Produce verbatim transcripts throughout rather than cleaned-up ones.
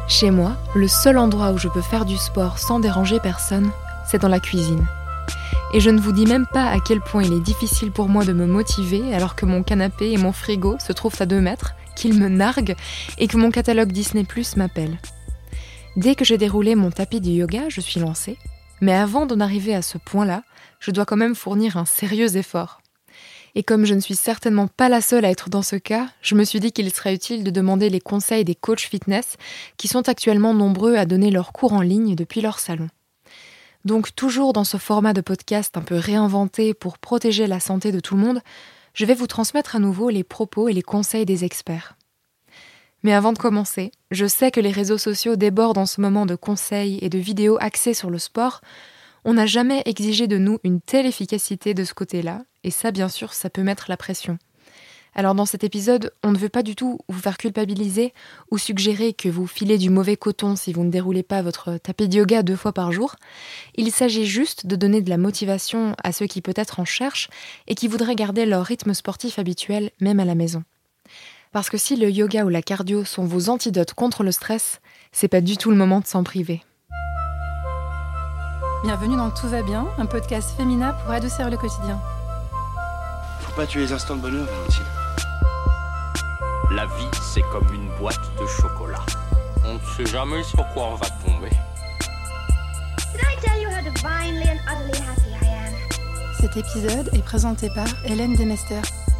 Chez moi, le seul endroit où je peux faire du sport sans déranger personne, c'est dans la cuisine. Et je ne vous dis même pas à quel point il est difficile pour moi de me motiver alors que mon canapé et mon frigo se trouvent à deux mètres, qu'ils me narguent et que mon catalogue Disney plus m'appelle. Dès que j'ai déroulé mon tapis de yoga, je suis lancée. Mais avant d'en arriver à ce point-là, je dois quand même fournir un sérieux effort. Et comme je ne suis certainement pas la seule à être dans ce cas, je me suis dit qu'il serait utile de demander les conseils des coachs fitness qui sont actuellement nombreux à donner leurs cours en ligne depuis leur salon. Donc toujours dans ce format de podcast un peu réinventé pour protéger la santé de tout le monde, je vais vous transmettre à nouveau les propos et les conseils des experts. Mais avant de commencer, je sais que les réseaux sociaux débordent en ce moment de conseils et de vidéos axées sur le sport. On n'a jamais exigé de nous une telle efficacité de ce côté-là, et ça, bien sûr, ça peut mettre la pression. Alors dans cet épisode, on ne veut pas du tout vous faire culpabiliser ou suggérer que vous filez du mauvais coton si vous ne déroulez pas votre tapis de yoga deux fois par jour. Il s'agit juste de donner de la motivation à ceux qui peut-être en cherchent et qui voudraient garder leur rythme sportif habituel, même à la maison. Parce que si le yoga ou la cardio sont vos antidotes contre le stress, c'est pas du tout le moment de s'en priver. Bienvenue dans Tout va bien, un podcast féminin pour adoucir le quotidien. Faut pas tuer les instants de bonheur, Valentine. La vie, c'est comme une boîte de chocolat. On ne sait jamais sur quoi on va tomber. Did I tell you how divinely and utterly happy I am? Cet épisode est présenté par Hélène Demester.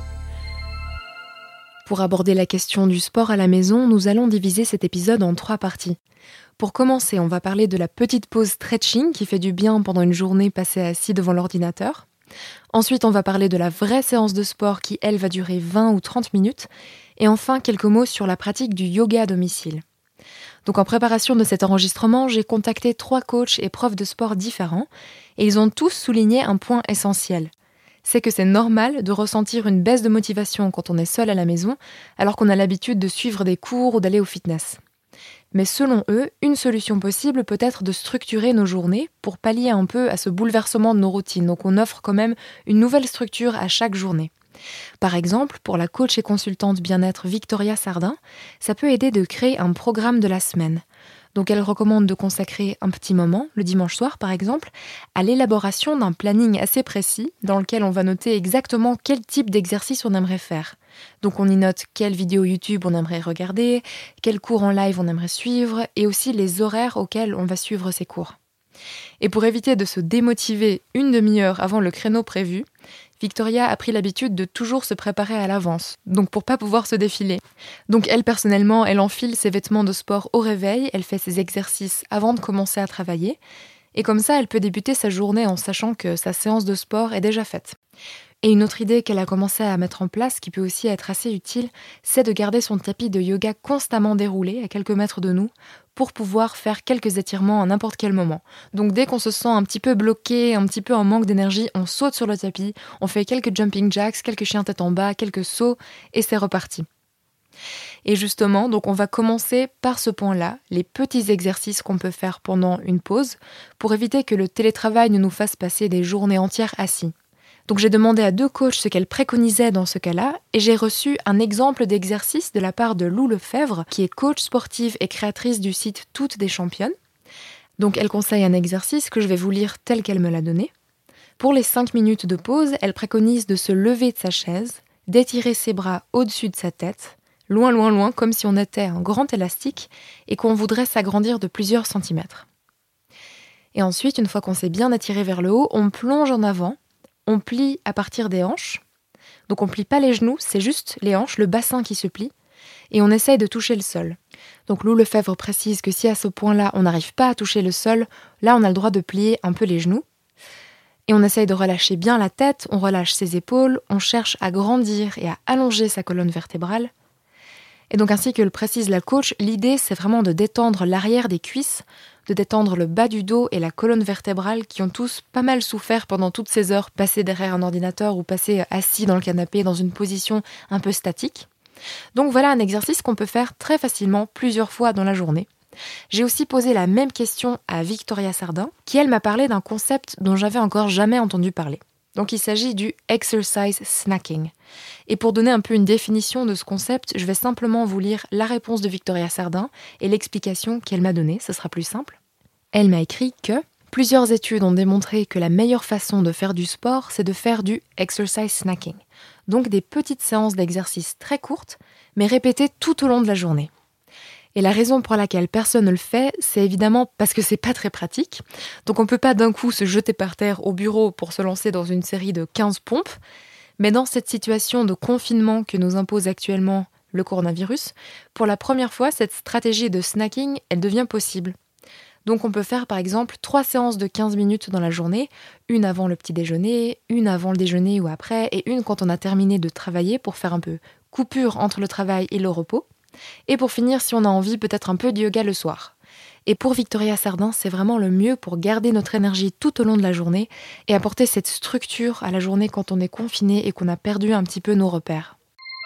Pour aborder la question du sport à la maison, nous allons diviser cet épisode en trois parties. Pour commencer, on va parler de la petite pause stretching qui fait du bien pendant une journée passée assis devant l'ordinateur. Ensuite, on va parler de la vraie séance de sport qui, elle, va durer vingt ou trente minutes. Et enfin, quelques mots sur la pratique du yoga à domicile. Donc en préparation de cet enregistrement, j'ai contacté trois coachs et profs de sport différents et ils ont tous souligné un point essentiel. C'est que c'est normal de ressentir une baisse de motivation quand on est seul à la maison, alors qu'on a l'habitude de suivre des cours ou d'aller au fitness. Mais selon eux, une solution possible peut être de structurer nos journées pour pallier un peu à ce bouleversement de nos routines. Donc on offre quand même une nouvelle structure à chaque journée. Par exemple, pour la coach et consultante bien-être Victoria Sardin, ça peut aider de créer un programme de la semaine. Donc elle recommande de consacrer un petit moment, le dimanche soir par exemple, à l'élaboration d'un planning assez précis dans lequel on va noter exactement quel type d'exercice on aimerait faire. Donc on y note quelle vidéo YouTube on aimerait regarder, quels cours en live on aimerait suivre et aussi les horaires auxquels on va suivre ces cours. Et pour éviter de se démotiver une demi-heure avant le créneau prévu, Victoria a pris l'habitude de toujours se préparer à l'avance, donc pour pas pouvoir se défiler. Donc elle, personnellement, elle enfile ses vêtements de sport au réveil, elle fait ses exercices avant de commencer à travailler, et comme ça, elle peut débuter sa journée en sachant que sa séance de sport est déjà faite. Et une autre idée qu'elle a commencé à mettre en place, qui peut aussi être assez utile, c'est de garder son tapis de yoga constamment déroulé à quelques mètres de nous pour pouvoir faire quelques étirements à n'importe quel moment. Donc dès qu'on se sent un petit peu bloqué, un petit peu en manque d'énergie, on saute sur le tapis, on fait quelques jumping jacks, quelques chiens tête en bas, quelques sauts et c'est reparti. Et justement, donc on va commencer par ce point-là, les petits exercices qu'on peut faire pendant une pause pour éviter que le télétravail ne nous fasse passer des journées entières assis. Donc j'ai demandé à deux coachs ce qu'elles préconisaient dans ce cas-là et j'ai reçu un exemple d'exercice de la part de Lou Lefebvre, qui est coach sportive et créatrice du site Toutes des championnes. Donc elle conseille un exercice que je vais vous lire tel qu'elle me l'a donné. Pour les cinq minutes de pause, elle préconise de se lever de sa chaise, d'étirer ses bras au-dessus de sa tête, loin, loin, loin, comme si on était un grand élastique et qu'on voudrait s'agrandir de plusieurs centimètres. Et ensuite, une fois qu'on s'est bien étiré vers le haut, on plonge en avant. On plie à partir des hanches, donc on plie pas les genoux, c'est juste les hanches, le bassin qui se plie, et on essaye de toucher le sol. Donc Lou Lefebvre précise que si à ce point-là on n'arrive pas à toucher le sol, là on a le droit de plier un peu les genoux, et on essaye de relâcher bien la tête, on relâche ses épaules, on cherche à grandir et à allonger sa colonne vertébrale. Et donc ainsi que le précise la coach, l'idée c'est vraiment de détendre l'arrière des cuisses, de détendre le bas du dos et la colonne vertébrale qui ont tous pas mal souffert pendant toutes ces heures passées derrière un ordinateur ou passées assis dans le canapé dans une position un peu statique. Donc voilà un exercice qu'on peut faire très facilement plusieurs fois dans la journée. J'ai aussi posé la même question à Victoria Sardin, qui elle m'a parlé d'un concept dont j'avais encore jamais entendu parler. Donc il s'agit du exercise snacking. Et pour donner un peu une définition de ce concept, je vais simplement vous lire la réponse de Victoria Sardin et l'explication qu'elle m'a donnée, ce sera plus simple. Elle m'a écrit que plusieurs études ont démontré que la meilleure façon de faire du sport, c'est de faire du exercise snacking. Donc des petites séances d'exercice très courtes, mais répétées tout au long de la journée. Et la raison pour laquelle personne ne le fait, c'est évidemment parce que c'est pas très pratique. Donc on peut pas d'un coup se jeter par terre au bureau pour se lancer dans une série de quinze pompes. Mais dans cette situation de confinement que nous impose actuellement le coronavirus, pour la première fois, cette stratégie de snacking, elle devient possible. Donc on peut faire par exemple trois séances de quinze minutes dans la journée, une avant le petit déjeuner, une avant le déjeuner ou après, et une quand on a terminé de travailler pour faire un peu coupure entre le travail et le repos. Et pour finir, si on a envie, peut-être un peu de yoga le soir. Et pour Victoria Sardin, c'est vraiment le mieux pour garder notre énergie tout au long de la journée et apporter cette structure à la journée quand on est confiné et qu'on a perdu un petit peu nos repères.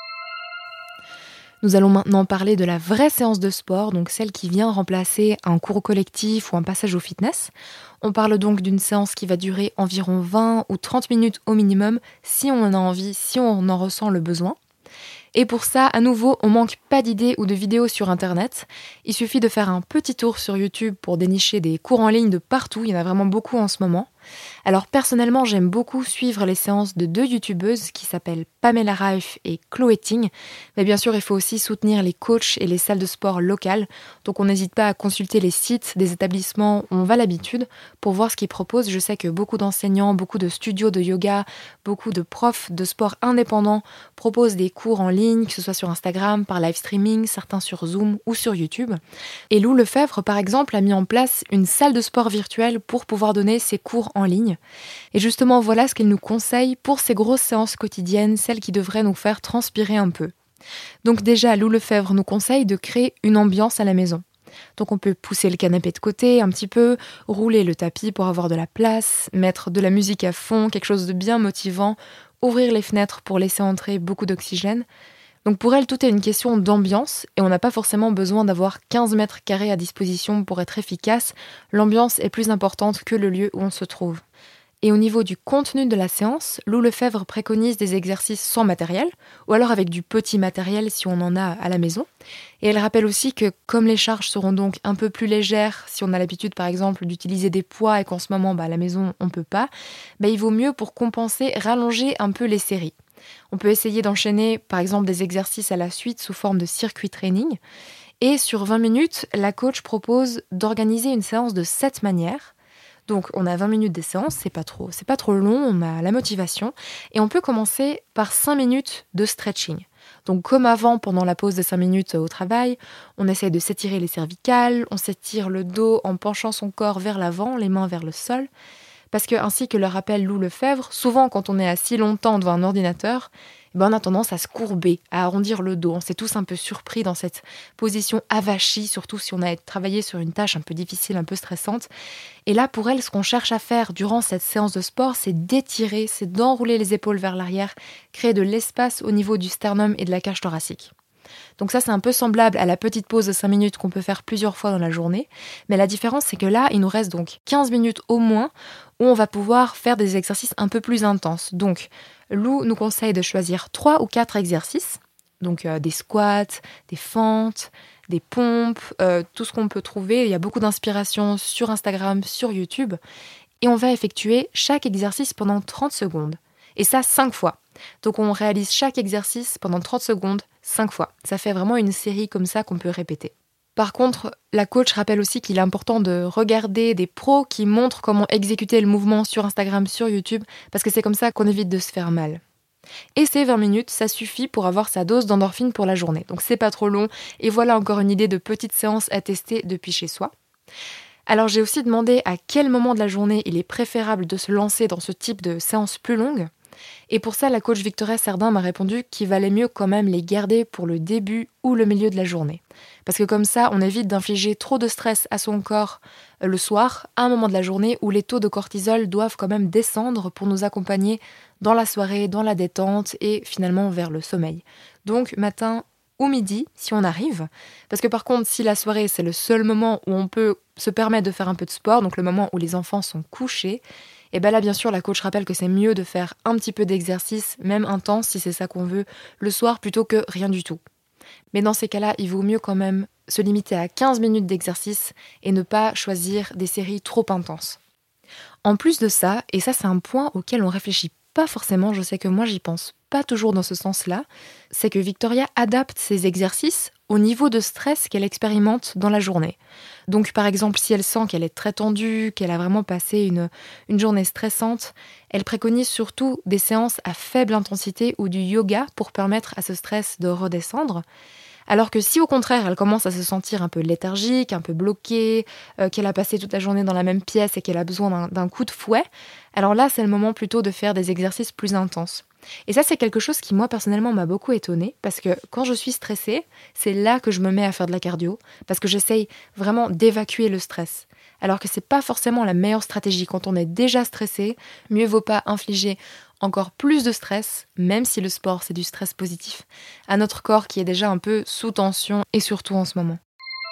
Nous allons maintenant parler de la vraie séance de sport, donc celle qui vient remplacer un cours collectif ou un passage au fitness. On parle donc d'une séance qui va durer environ vingt ou trente minutes au minimum, si on en a envie, si on en ressent le besoin. Et pour ça, à nouveau, on manque pas d'idées ou de vidéos sur Internet. Il suffit de faire un petit tour sur YouTube pour dénicher des cours en ligne de partout. Il y en a vraiment beaucoup en ce moment. Alors personnellement, j'aime beaucoup suivre les séances de deux youtubeuses qui s'appellent Pamela Reif et Chloé Ting. Mais bien sûr, il faut aussi soutenir les coachs et les salles de sport locales. Donc on n'hésite pas à consulter les sites des établissements où on va l'habitude pour voir ce qu'ils proposent. Je sais que beaucoup d'enseignants, beaucoup de studios de yoga, beaucoup de profs de sport indépendants proposent des cours en ligne, que ce soit sur Instagram, par live streaming, certains sur Zoom ou sur YouTube. Et Lou Lefebvre, par exemple, a mis en place une salle de sport virtuelle pour pouvoir donner ses cours en ligne. Et justement, voilà ce qu'il nous conseille pour ces grosses séances quotidiennes, celles qui devraient nous faire transpirer un peu. Donc déjà, Lou Lefebvre nous conseille de créer une ambiance à la maison. Donc on peut pousser le canapé de côté un petit peu, rouler le tapis pour avoir de la place, mettre de la musique à fond, quelque chose de bien motivant, ouvrir les fenêtres pour laisser entrer beaucoup d'oxygène. Donc pour elle, tout est une question d'ambiance et on n'a pas forcément besoin d'avoir quinze mètres carrés à disposition pour être efficace. L'ambiance est plus importante que le lieu où on se trouve. Et au niveau du contenu de la séance, Lou Lefebvre préconise des exercices sans matériel, ou alors avec du petit matériel si on en a à la maison. Et elle rappelle aussi que comme les charges seront donc un peu plus légères, si on a l'habitude par exemple d'utiliser des poids et qu'en ce moment bah, à la maison on ne peut pas, bah, il vaut mieux pour compenser rallonger un peu les séries. On peut essayer d'enchaîner par exemple des exercices à la suite sous forme de circuit training. Et sur vingt minutes, la coach propose d'organiser une séance de cette manière. Donc on a vingt minutes des séances, c'est pas trop, c'est pas trop long, on a la motivation. Et on peut commencer par cinq minutes de stretching. Donc comme avant, pendant la pause de cinq minutes au travail, on essaie de s'étirer les cervicales, on s'étire le dos en penchant son corps vers l'avant, les mains vers le sol. Parce que, ainsi que le rappelle Lou Lefebvre, souvent quand on est assis longtemps devant un ordinateur, eh ben on a tendance à se courber, à arrondir le dos. On s'est tous un peu surpris dans cette position avachie, surtout si on a travaillé sur une tâche un peu difficile, un peu stressante. Et là, pour elle, ce qu'on cherche à faire durant cette séance de sport, c'est d'étirer, c'est d'enrouler les épaules vers l'arrière, créer de l'espace au niveau du sternum et de la cage thoracique. Donc ça, c'est un peu semblable à la petite pause de cinq minutes qu'on peut faire plusieurs fois dans la journée. Mais la différence, c'est que là, il nous reste donc quinze minutes au moins où on va pouvoir faire des exercices un peu plus intenses. Donc, Lou nous conseille de choisir trois ou quatre exercices. Donc euh, des squats, des fentes, des pompes, euh, tout ce qu'on peut trouver. Il y a beaucoup d'inspiration sur Instagram, sur YouTube. Et on va effectuer chaque exercice pendant trente secondes. Et ça, cinq fois. Donc on réalise chaque exercice pendant trente secondes, cinq fois. Ça fait vraiment une série comme ça qu'on peut répéter. Par contre, la coach rappelle aussi qu'il est important de regarder des pros qui montrent comment exécuter le mouvement sur Instagram, sur YouTube, parce que c'est comme ça qu'on évite de se faire mal. Et ces vingt minutes, ça suffit pour avoir sa dose d'endorphine pour la journée. Donc c'est pas trop long, et voilà encore une idée de petite séance à tester depuis chez soi. Alors j'ai aussi demandé à quel moment de la journée il est préférable de se lancer dans ce type de séance plus longue. Et pour ça, la coach Victoria Sardin m'a répondu qu'il valait mieux quand même les garder pour le début ou le milieu de la journée. Parce que comme ça, on évite d'infliger trop de stress à son corps le soir, à un moment de la journée où les taux de cortisol doivent quand même descendre pour nous accompagner dans la soirée, dans la détente et finalement vers le sommeil. Donc matin ou midi, si on arrive. Parce que par contre, si la soirée, c'est le seul moment où on peut se permettre de faire un peu de sport, donc le moment où les enfants sont couchés, Et bien là, bien sûr, la coach rappelle que c'est mieux de faire un petit peu d'exercice, même intense si c'est ça qu'on veut, le soir plutôt que rien du tout. Mais dans ces cas-là, il vaut mieux quand même se limiter à quinze minutes d'exercice et ne pas choisir des séries trop intenses. En plus de ça, et ça c'est un point auquel on réfléchit pas forcément, je sais que moi j'y pense pas toujours dans ce sens-là, c'est que Victoria adapte ses exercices au niveau de stress qu'elle expérimente dans la journée. Donc par exemple, si elle sent qu'elle est très tendue, qu'elle a vraiment passé une, une journée stressante, elle préconise surtout des séances à faible intensité ou du yoga pour permettre à ce stress de redescendre. Alors que si au contraire elle commence à se sentir un peu léthargique, un peu bloquée, euh, qu'elle a passé toute la journée dans la même pièce et qu'elle a besoin d'un, d'un coup de fouet, alors là c'est le moment plutôt de faire des exercices plus intenses. Et ça c'est quelque chose qui moi personnellement m'a beaucoup étonnée, parce que quand je suis stressée, c'est là que je me mets à faire de la cardio, parce que j'essaye vraiment d'évacuer le stress. Alors que c'est pas forcément la meilleure stratégie. Quand on est déjà stressé, mieux vaut pas infliger encore plus de stress, même si le sport c'est du stress positif, à notre corps qui est déjà un peu sous tension et surtout en ce moment.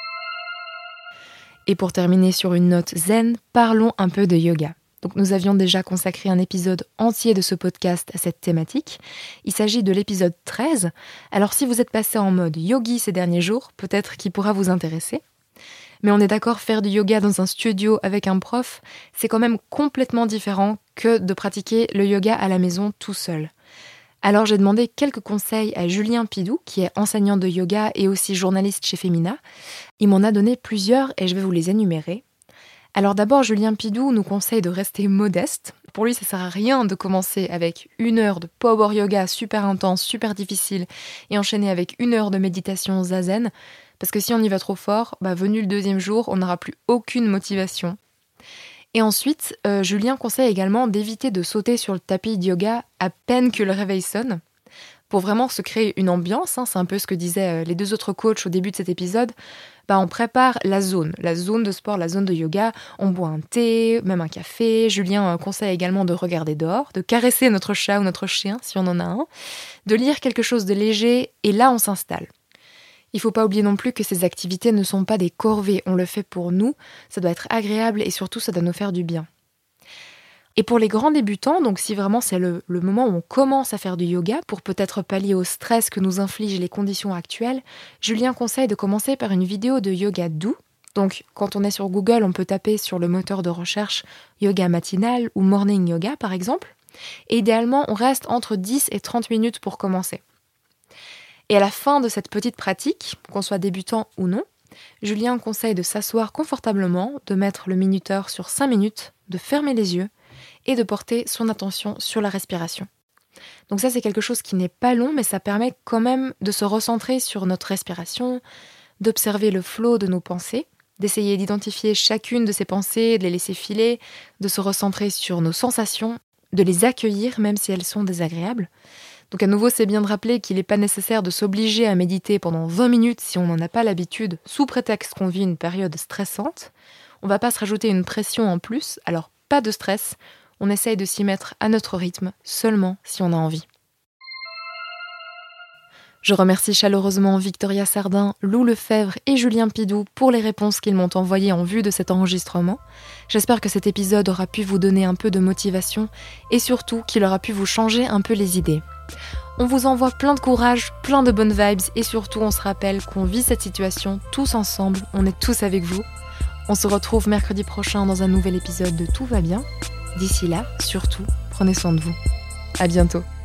Et pour terminer sur une note zen, parlons un peu de yoga. Donc nous avions déjà consacré un épisode entier de ce podcast à cette thématique. Il s'agit de l'épisode treize. Alors si vous êtes passé en mode yogi ces derniers jours, peut-être qu'il pourra vous intéresser. Mais on est d'accord, faire du yoga dans un studio avec un prof, c'est quand même complètement différent que de pratiquer le yoga à la maison tout seul. Alors j'ai demandé quelques conseils à Julien Pidou, qui est enseignant de yoga et aussi journaliste chez Femina. Il m'en a donné plusieurs et je vais vous les énumérer. Alors d'abord, Julien Pidou nous conseille de rester modeste. Pour lui, ça sert à rien de commencer avec une heure de power yoga super intense, super difficile, et enchaîner avec une heure de méditation zazen. Parce que si on y va trop fort, bah, venu le deuxième jour, on n'aura plus aucune motivation. Et ensuite, euh, Julien conseille également d'éviter de sauter sur le tapis de yoga à peine que le réveil sonne. Pour vraiment se créer une ambiance, hein, c'est un peu ce que disaient euh, les deux autres coachs au début de cet épisode, bah, on prépare la zone, la zone de sport, la zone de yoga, on boit un thé, même un café. Julien euh, conseille également de regarder dehors, de caresser notre chat ou notre chien si on en a un, de lire quelque chose de léger, et là on s'installe. Il ne faut pas oublier non plus que ces activités ne sont pas des corvées, on le fait pour nous, ça doit être agréable et surtout ça doit nous faire du bien. Et pour les grands débutants, donc si vraiment c'est le, le moment où on commence à faire du yoga, pour peut-être pallier au stress que nous infligent les conditions actuelles, Julien conseille de commencer par une vidéo de yoga doux. Donc quand on est sur Google, on peut taper sur le moteur de recherche yoga matinal ou morning yoga par exemple. Et idéalement, on reste entre dix et trente minutes pour commencer. Et à la fin de cette petite pratique, qu'on soit débutant ou non, Julien conseille de s'asseoir confortablement, de mettre le minuteur sur cinq minutes, de fermer les yeux et de porter son attention sur la respiration. Donc ça, c'est quelque chose qui n'est pas long, mais ça permet quand même de se recentrer sur notre respiration, d'observer le flot de nos pensées, d'essayer d'identifier chacune de ces pensées, de les laisser filer, de se recentrer sur nos sensations, de les accueillir même si elles sont désagréables. Donc à nouveau, c'est bien de rappeler qu'il n'est pas nécessaire de s'obliger à méditer pendant vingt minutes si on n'en a pas l'habitude, sous prétexte qu'on vit une période stressante. On ne va pas se rajouter une pression en plus, alors pas de stress, on essaye de s'y mettre à notre rythme, seulement si on a envie. Je remercie chaleureusement Victoria Sardin, Lou Lefebvre et Julien Pidou pour les réponses qu'ils m'ont envoyées en vue de cet enregistrement. J'espère que cet épisode aura pu vous donner un peu de motivation et surtout qu'il aura pu vous changer un peu les idées. On vous envoie plein de courage, plein de bonnes vibes et surtout on se rappelle qu'on vit cette situation tous ensemble, on est tous avec vous. On se retrouve mercredi prochain dans un nouvel épisode de Tout va bien. D'ici là, surtout, prenez soin de vous. À bientôt.